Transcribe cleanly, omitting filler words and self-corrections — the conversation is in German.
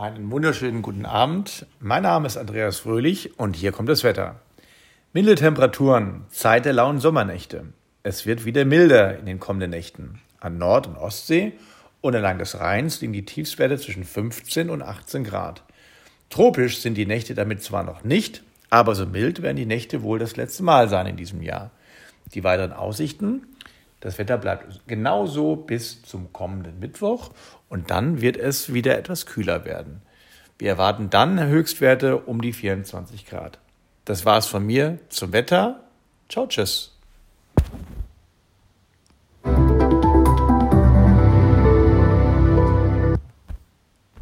Einen wunderschönen guten Abend. Mein Name ist Andreas Fröhlich und hier kommt das Wetter. Milde Temperaturen, Zeit der lauen Sommernächte. Es wird wieder milder in den kommenden Nächten. An Nord- und Ostsee und entlang des Rheins liegen die Tiefstwerte zwischen 15 und 18 Grad. Tropisch sind die Nächte damit zwar noch nicht, aber so mild werden die Nächte wohl das letzte Mal sein in diesem Jahr. Die weiteren Aussichten: Das Wetter bleibt genauso bis zum kommenden Mittwoch und dann wird es wieder etwas kühler werden. Wir erwarten dann Höchstwerte um die 24 Grad. Das war's von mir zum Wetter. Ciao, tschüss.